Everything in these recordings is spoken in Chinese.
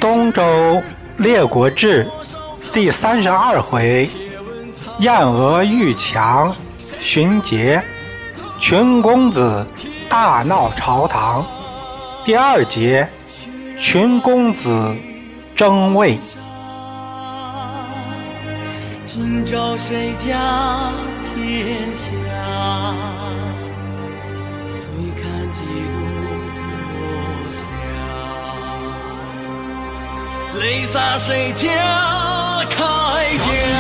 东周列国志第32回，燕娥遇强荀婕，群公子大闹朝堂。第2节，群公子争位。 今朝谁家天下，醉看几度落霞，泪洒谁家铠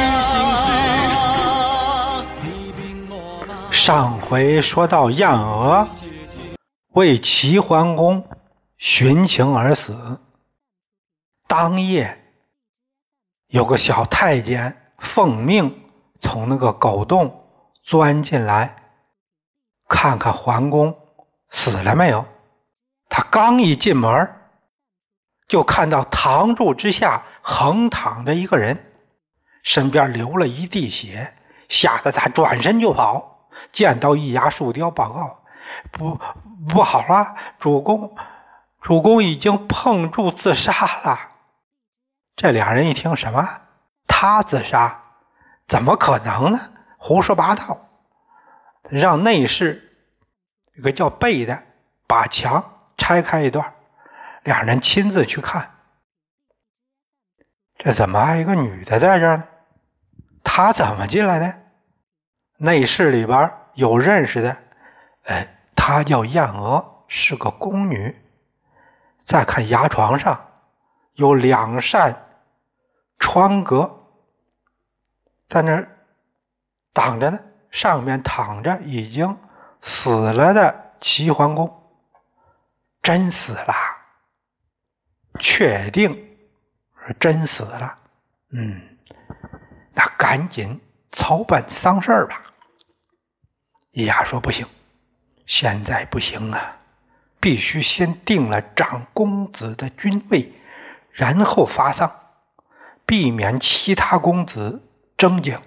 甲。 上回说到燕娥为齐桓公寻情而死，当夜有个小太监奉命从那个狗洞钻进来，看看桓公死了没有。他刚一进门，就看到堂柱之下横躺着一个人，身边流了一地血，吓得他转身就跑。见到易牙树雕报告，不好了，主公已经碰柱自杀了。这俩人一听，什么？他自杀？怎么可能呢？胡说八道！让内侍一个叫贝的把墙拆开一段，两人亲自去看。这怎么还有一个女的在这儿呢？她怎么进来的？内侍里边有认识的，她叫燕娥，是个宫女。再看牙床上有2扇窗格在那儿挡着呢，上面躺着已经死了的齐桓公。真死了，确定是真死了。那赶紧操办丧事吧。易牙说不行，现在不行啊，必须先定了长公子的君位，然后发丧，避免其他公子争竞。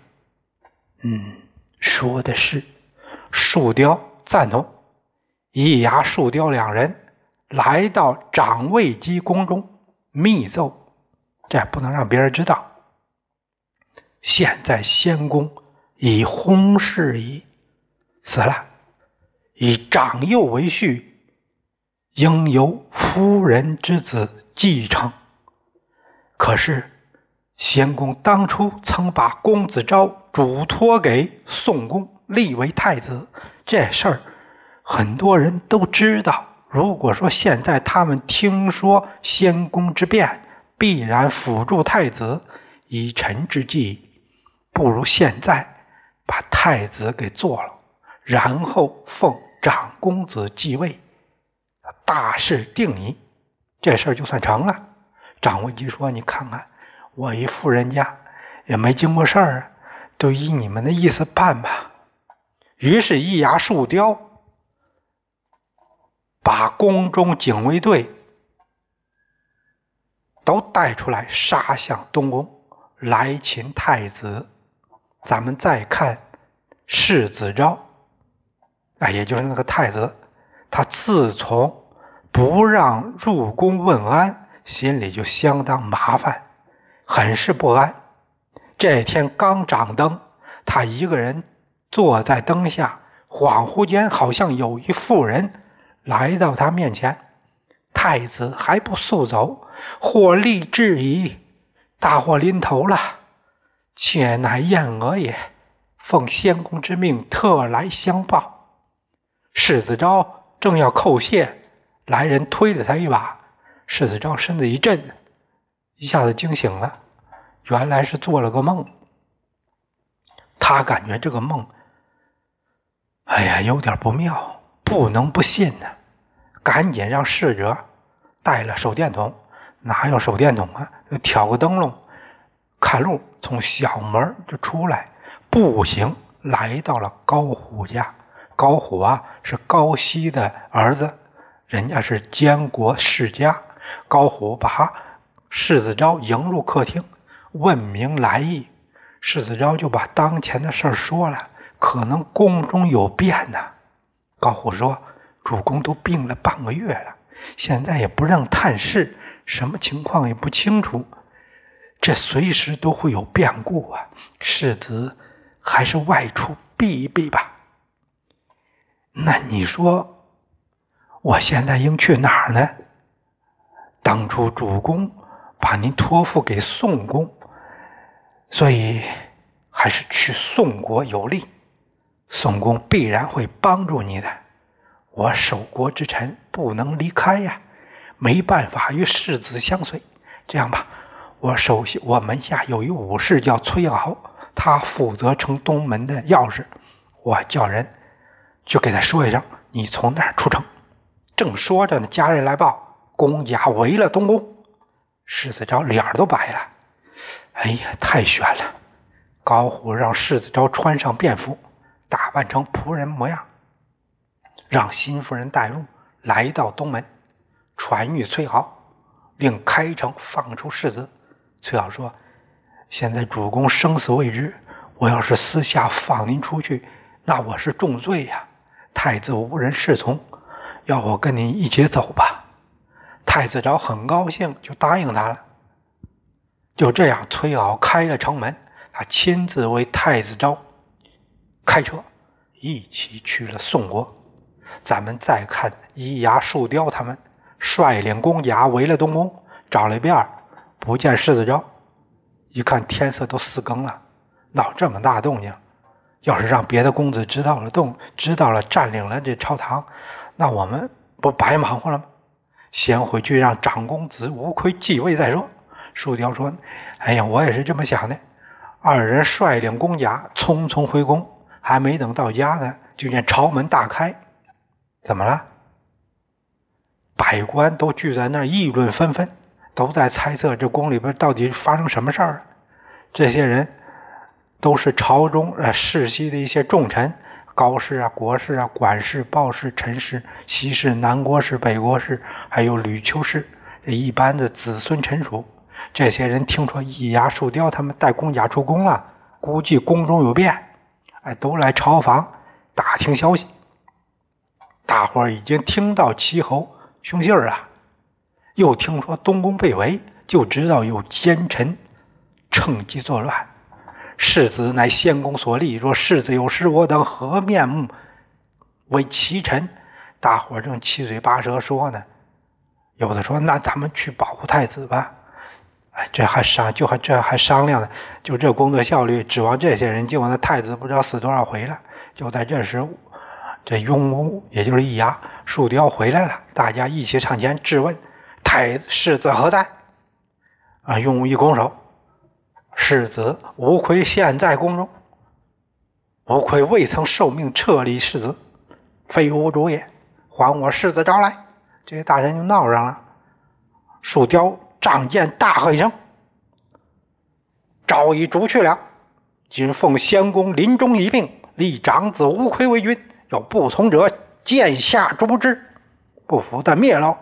说的是。树雕赞同。易牙、树雕两人来到长卫姬宫中密奏，这不能让别人知道。现在先公已薨逝矣，死了，以长幼为序，应由夫人之子继承。可是先公当初曾把公子昭嘱托给宋公，立为太子，这事儿很多人都知道。如果说现在他们听说先公之变，必然辅助太子，以臣之计，不如现在把太子给做了，然后奉长公子继位，大事定矣，这事儿就算成了。长卫姬说，你看看我一妇人家也没经过事儿，都依你们的意思办吧。于是易牙、树雕把宫中警卫队都带出来，杀向东宫来擒太子。咱们再看世子昭，也就是那个太子，他自从不让入宫问安，心里就相当麻烦，很是不安。这天刚掌灯，他一个人坐在灯下，恍惚间好像有一妇人来到他面前。太子还不速走，祸立至矣，大祸临头了，妾乃燕娥也，奉先公之命特来相报。世子昭正要叩谢，来人推了他一把，世子昭身子一震，一下子惊醒了，原来是做了个梦。他感觉这个梦有点不妙，不能不信呢，赶紧让侍者带了手电筒。哪有手电筒啊，就挑个灯笼看路，从小门就出来，步行来到了高虎家。高虎是高息的儿子，人家是监国世家。高虎把世子昭迎入客厅，问明来意。世子昭就把当前的事说了，可能宫中有变呢。高虎说，主公都病了半个月了，现在也不让探视， 什么情况也不清楚，这随时都会有变故啊！世子还是外出避一避吧。那你说我现在应去哪儿呢？当初主公把您托付给宋公，所以还是去宋国有利，宋公必然会帮助你的。我守国之臣不能离开呀，没办法与世子相随。这样吧，我门下有一武士叫崔敖，他负责城东门的钥匙，我叫人就给他说一声，你从那儿出城。正说着呢，家人来报，公家围了东宫。世子昭脸都白了，哎呀，太悬了！高虎让世子昭穿上便服，打扮成仆人模样，让新夫人带入，来到东门，传谕崔敖，令开城放出世子。崔敖说：“现在主公生死未知，我要是私下放您出去，那我是重罪呀！太子无人侍从，要我跟您一起走吧。”太子昭很高兴，就答应他了。就这样，崔敖开了城门，他亲自为太子昭开车，一起去了宋国。咱们再看伊牙、树雕他们率领公甲围了东宫，找了一遍不见世子昭。一看天色都4更了，闹这么大动静，要是让别的公子知道了占领了这朝堂，那我们不白忙活了吗？先回去让长公子吴奎继位再说。树雕说：“哎呀，我也是这么想的。”二人率领公甲匆匆回宫，还没等到家呢，就见朝门大开。怎么了？百官都聚在那儿议论纷纷，都在猜测这宫里边到底发生什么事儿了。这些人都是朝中世袭的一些重臣，高士啊、国士啊、管事、鲍士、陈氏、西氏、南国士、北国士，还有吕丘氏，这一般的子孙臣属。这些人听说伊牙、树雕他们带公甲出宫了，估计宫中有变，都来朝访打听消息。大伙儿已经听到齐侯凶信儿啊，又听说东宫被围，就知道有奸臣趁机作乱。世子乃先公所立，若世子有失，我等何面目为其臣？大伙儿正七嘴八舌说呢，有的说那咱们去保护太子吧。这还商量呢，就这工作效率，指望这些人救，那太子不知道死多少回了。就在这时，这雍武也就是伊牙、树雕回来了，大家一起上前质问：“世子何在？”雍武一拱手：“世子吴奎现在宫中。吴奎未曾受命撤离世子，非吾主也，还我世子昭来。”这些大人就闹上了。树雕仗剑大喝一声：“昭已逐去了，今奉先公临终遗命，立长子吴奎为君，有不从者剑下诛之，不服的灭喽！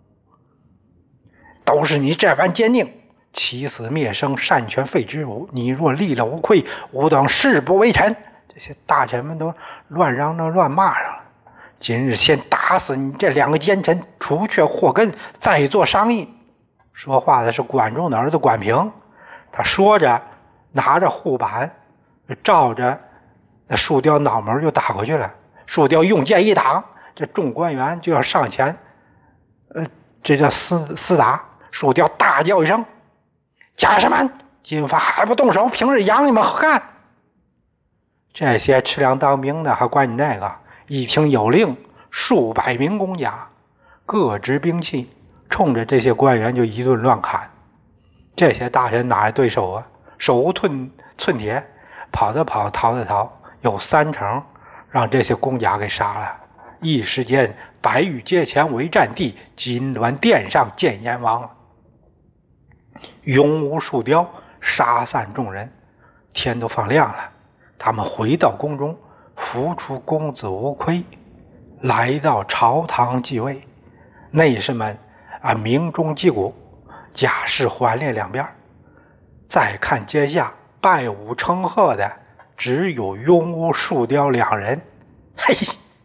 都是你这般坚定，起死灭生，擅权废之，你若立了吴奎，吾等誓不为臣。”这些大臣们都乱嚷嚷乱骂上了。今日先打死你这2个奸臣，除却祸根，再做商议。说话的是管仲的儿子管平，他说着拿着护板照着那树雕脑门就打过去了。树雕用剑一挡，这众官员就要上前这叫厮打。树雕大叫一声：“家臣们，今发还不动手，平日养你们何干？”这些吃粮当兵的还管你那个。一听有令，数百名公甲各执兵器，冲着这些官员就一顿乱砍。这些大臣哪来对手啊？手无寸铁，跑的跑，逃的逃，有3成让这些公甲给杀了。一时间，白玉阶前为战地，金銮殿上见阎王。雍武、树雕杀散众人，天都放亮了。他们回到宫中，扶出公子吴奎，来到朝堂继位。内侍们鸣钟击鼓，甲士环列两边。再看阶下拜舞称贺的只有雍武、树雕2人。嘿，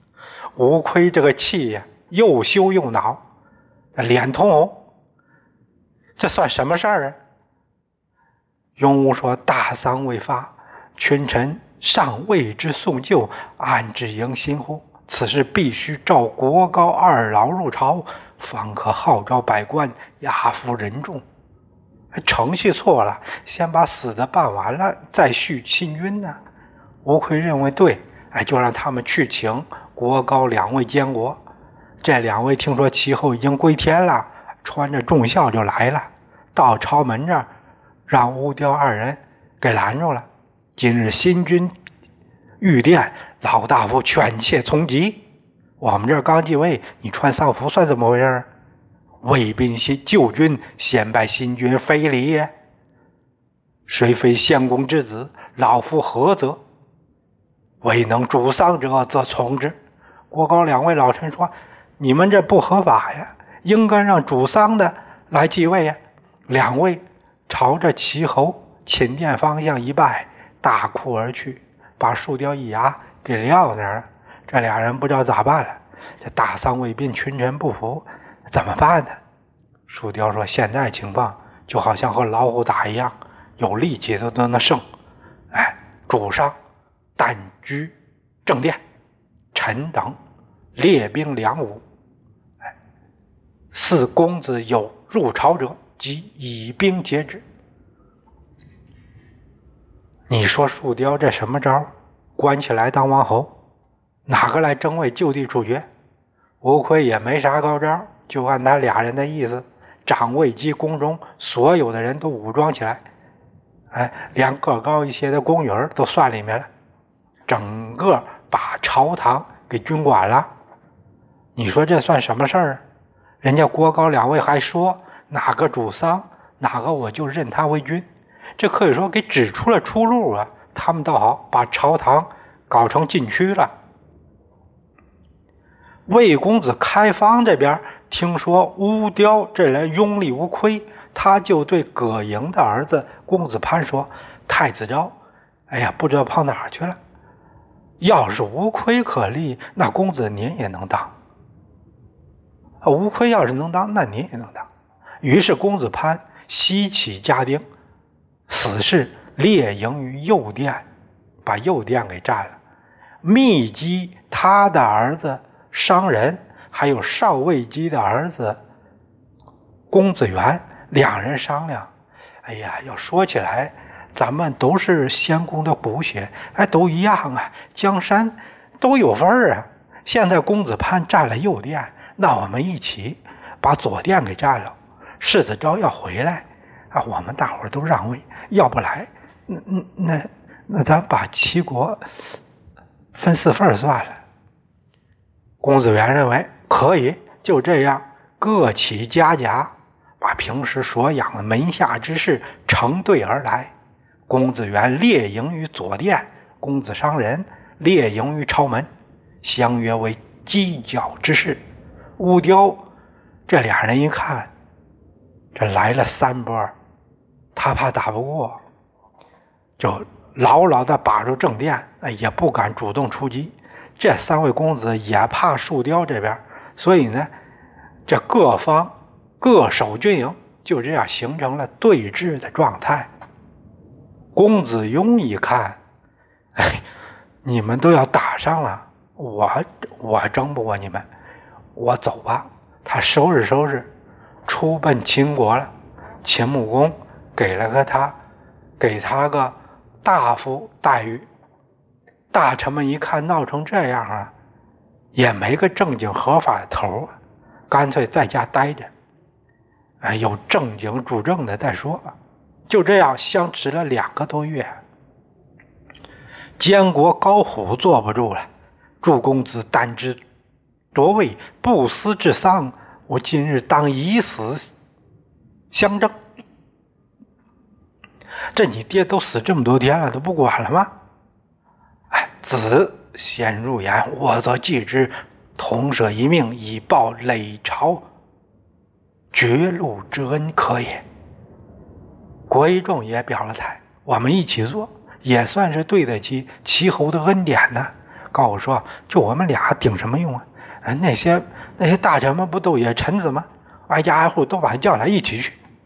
吴奎这个气呀，又羞又恼，脸通红。 这算什么事儿啊？雍武说：大丧未发，群臣尚为之送旧，安之迎新乎？此事必须召国高二老入朝，方可号召百官，押赴人众。程序错了，先把死的办完了，再续新君呢。吴奎认为对，就让他们去请国高两位监国。这两位听说其后已经归天了，穿着重孝就来了，到朝门这儿，让乌雕二人给拦住了。今日新君御殿，老大夫劝切从疾。我们这儿刚继位，你穿丧服算怎么回事？魏宾旧君先拜新君，非礼也。虽非先公之子，老夫何责？未能主丧者，则从之。国高两位老臣说：你们这不合法呀，应该让主丧的来继位呀。两位朝着齐侯寝殿方向一拜，大哭而去，把树雕一牙给撂那儿了。这俩人不知道咋办了。这大丧魏宾群臣不服，怎么办呢？树雕说：现在情况就好像和老虎打一样，有力气的都能胜。主上但居正殿，臣等列兵2伍，似公子有入朝者，即以兵节之。你说树雕这什么招？关起来当王侯，哪个来争位就地处决？吴奎也没啥高招，就按他俩人的意思，掌卫机宫中所有的人都武装起来，连个高一些的宫女都算里面了，整个把朝堂给军管了。你说这算什么事儿？人家国高两位还说哪个主丧，哪个我就认他为君，这可以说给指出了出路啊。他们倒好，把朝堂搞成禁区了。魏公子开方这边听说乌雕这人拥立无亏，他就对葛莹的儿子公子潘说：太子昭不知道跑哪儿去了，要是无亏可立，那公子您也能当。无亏要是能当，那您也能当。于是公子潘西起家丁，死士列营于右殿，把右殿给占了，密击他的儿子商人，还有少尉姬的儿子公子元，两人商量，要说起来咱们都是先公的骨血，都一样啊，江山都有份儿啊。现在公子潘占了右殿，那我们一起把左殿给占了。世子昭要回来我们大伙儿都让位，要不来那咱把齐国分4份算了。公子元认为可以，就这样各起家甲，把平时所养的门下之士成队而来。公子元列营于左殿，公子商人列营于朝门，相约为犄角之势。乌雕这俩人一看，这来了3波，他怕打不过，就牢牢地把住正殿，也不敢主动出击。这3位公子也怕树雕这边，所以呢，这各方各守军营，就这样形成了对峙的状态。公子雍一看，你们都要打上了，我争不过你们，我走吧。他收拾收拾，出奔秦国了。秦穆公给他个大夫待遇。大臣们一看闹成这样也没个正经合法的头干脆在家待着，有正经主政的再说。就这样相持了2个多月，监国高虎坐不住了，祝公子担之夺位，不思治丧，我今日当以死相争。这你爹都死这么多天了，都不管了吗？子先入言，我则继之，同舍一命，以报累朝绝路之恩可也。国一众也表了态，我们一起做，也算是对得起齐侯的恩典呢。告诉说，就我们俩顶什么用啊？那些大臣们不都也臣子吗？挨家挨户都把他叫来一起去。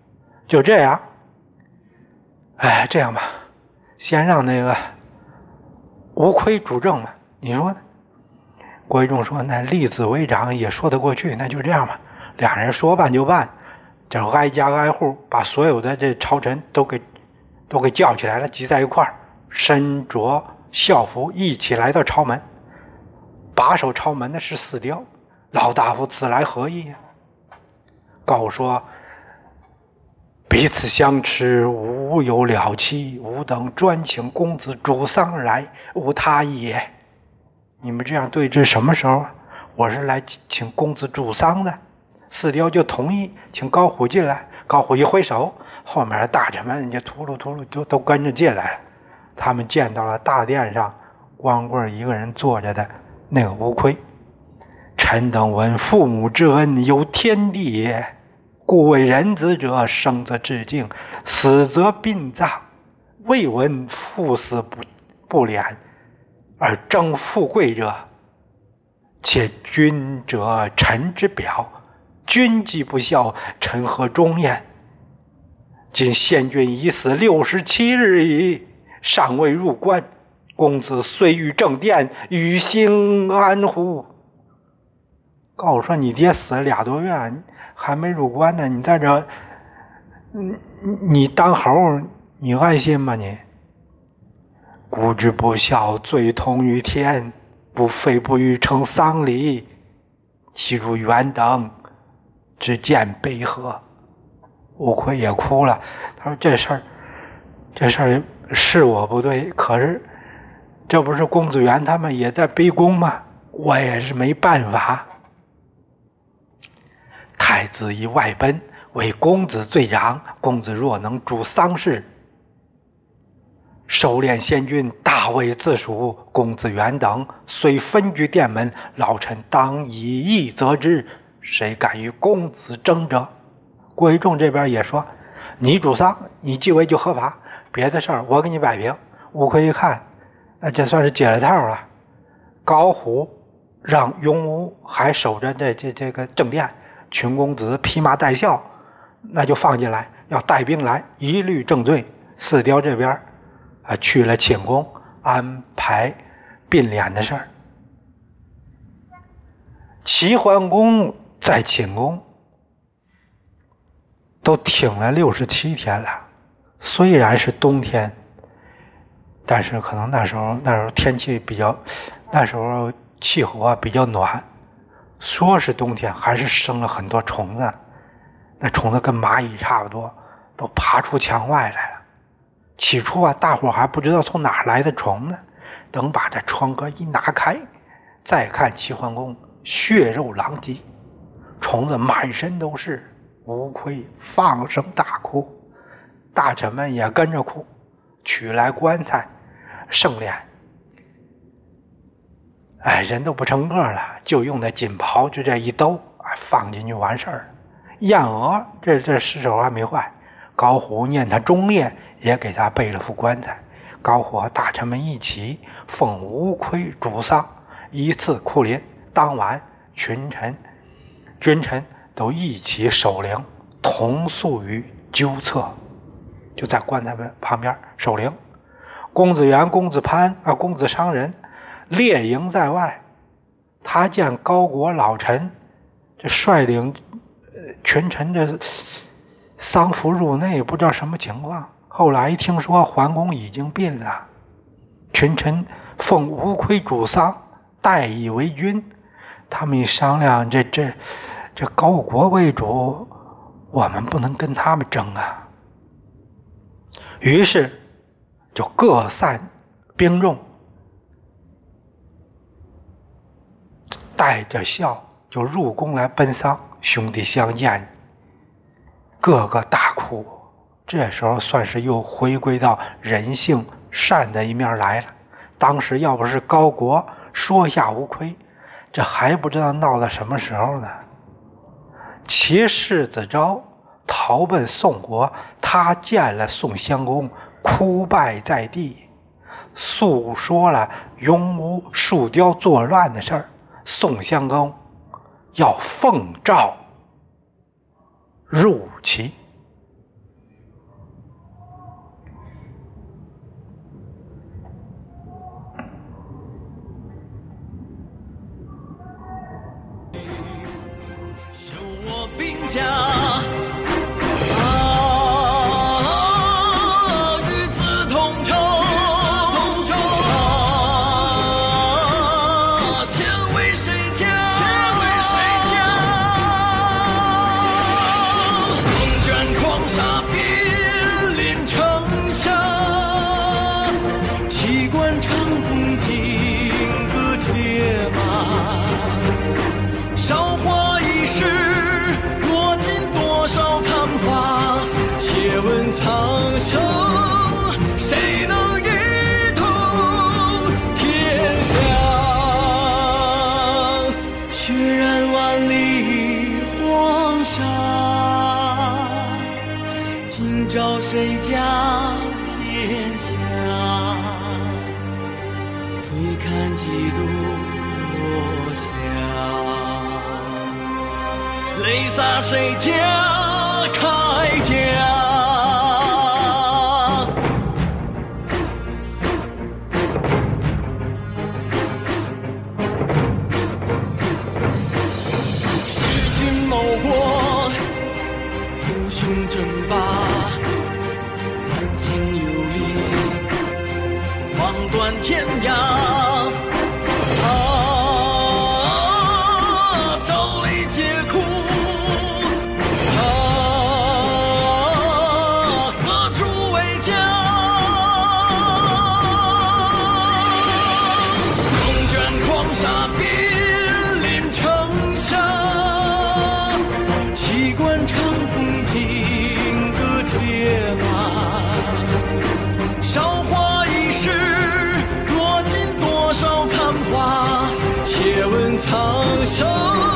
就这样，哎，这样吧，先让那个吴奎主政吧，你说呢？郭义仲说：“那立子为长也说得过去，那就这样吧。”俩人说办就办，这挨家挨户把所有的这朝臣都给叫起来了，集在一块儿，身着校服一起来到朝门。把守朝门的是四雕，老大夫此来何意呀？告说：“彼此相持，无有了期，吾等专请公子主丧而来，无他意也。”你们这样对峙什么时候啊？我是来请公子主丧的。四雕就同意请高虎进来。高虎一挥手，后面的大臣们就秃噜秃噜就都跟着进来了。他们见到了大殿上光棍一个人坐着的那个吴奎。臣等闻父母之恩有天地也，故为人子者生则致敬，死则殡葬，未闻父死不敛而争富贵者。且君者臣之表，君既不孝，臣何忠焉？今先君已死67日矣，尚未入关，公子虽于正殿，于心安乎？告诉说你爹死了2多月了，还没入关呢，你在这，你当猴，你安心吗你？孤之不孝，罪同于天，不废不欲成丧礼，其如元等之见悲何？吴奎也哭了，他说这事儿是我不对，可是这不是公子元他们也在逼宫吗？我也是没办法。太子以外奔，为公子最长，公子若能主丧事，收敛先君，大为自属。公子元等虽分居殿门，老臣当以义责之，谁敢与公子争者？郭义仲这边也说：“你主丧，你继位就合法，别的事儿我给你摆平。”吴奎一看，这算是解了套了。高虎让雍武还守着这个正殿，群公子披麻戴孝，那就放进来，要带兵来一律正罪。四雕这边去了寝宫，安排并敛的事儿。齐桓公在寝宫都挺了67天了，虽然是冬天，但是可能那时候天气比较，那时候气候比较暖，说是冬天，还是生了很多虫子，那虫子跟蚂蚁差不多，都爬出墙外来了。起初大伙还不知道从哪来的虫呢，等把这窗格一拿开，再看齐桓公血肉狼藉，虫子满身都是。吴奎放声大哭，大臣们也跟着哭，取来棺材盛殓，人都不成个了，就用那锦袍就这一兜放进去完事儿。燕娥这尸首还没坏，高虎念他忠烈，也给他备了副棺材。高虎和大臣们一起奉吴奎主丧，依次哭临。当晚君臣都一起守灵，同宿于鸠侧，就在棺材旁边守灵。公子元、公子潘公子商人列营在外，他见高国老臣这率领群臣这丧服入内，不知道什么情况。后来听说桓公已经病了，群臣奉吴奎主丧，代以为君。他们一商量，这高国为主，我们不能跟他们争啊。于是就各散兵众，带着孝就入宫来奔丧。兄弟相见，个个大哭。这时候算是又回归到人性善的一面来了。当时要不是高国说下吴奎，这还不知道闹到什么时候呢。其世子昭逃奔宋国，他见了宋襄公，哭拜在地，诉说了雍武树雕作乱的事儿。宋襄公要奉诏入齐， 兵家。与子同仇，钱为谁家？风卷狂沙，兵临城下，旗冠长虹金戈铁马。韶华易逝，落尽多少残花？且问苍生，谁能一统天下？血染万里黄沙，今朝谁家天下？醉看几度落霞，泪洒谁家铠甲？弑君谋国，图雄争霸，满心流离，望断天涯。朝泪皆哭，何处为家？风卷狂沙，兵临城下，旗冠长虹金戈铁马。韶华易逝，落尽多少残花？且问苍生。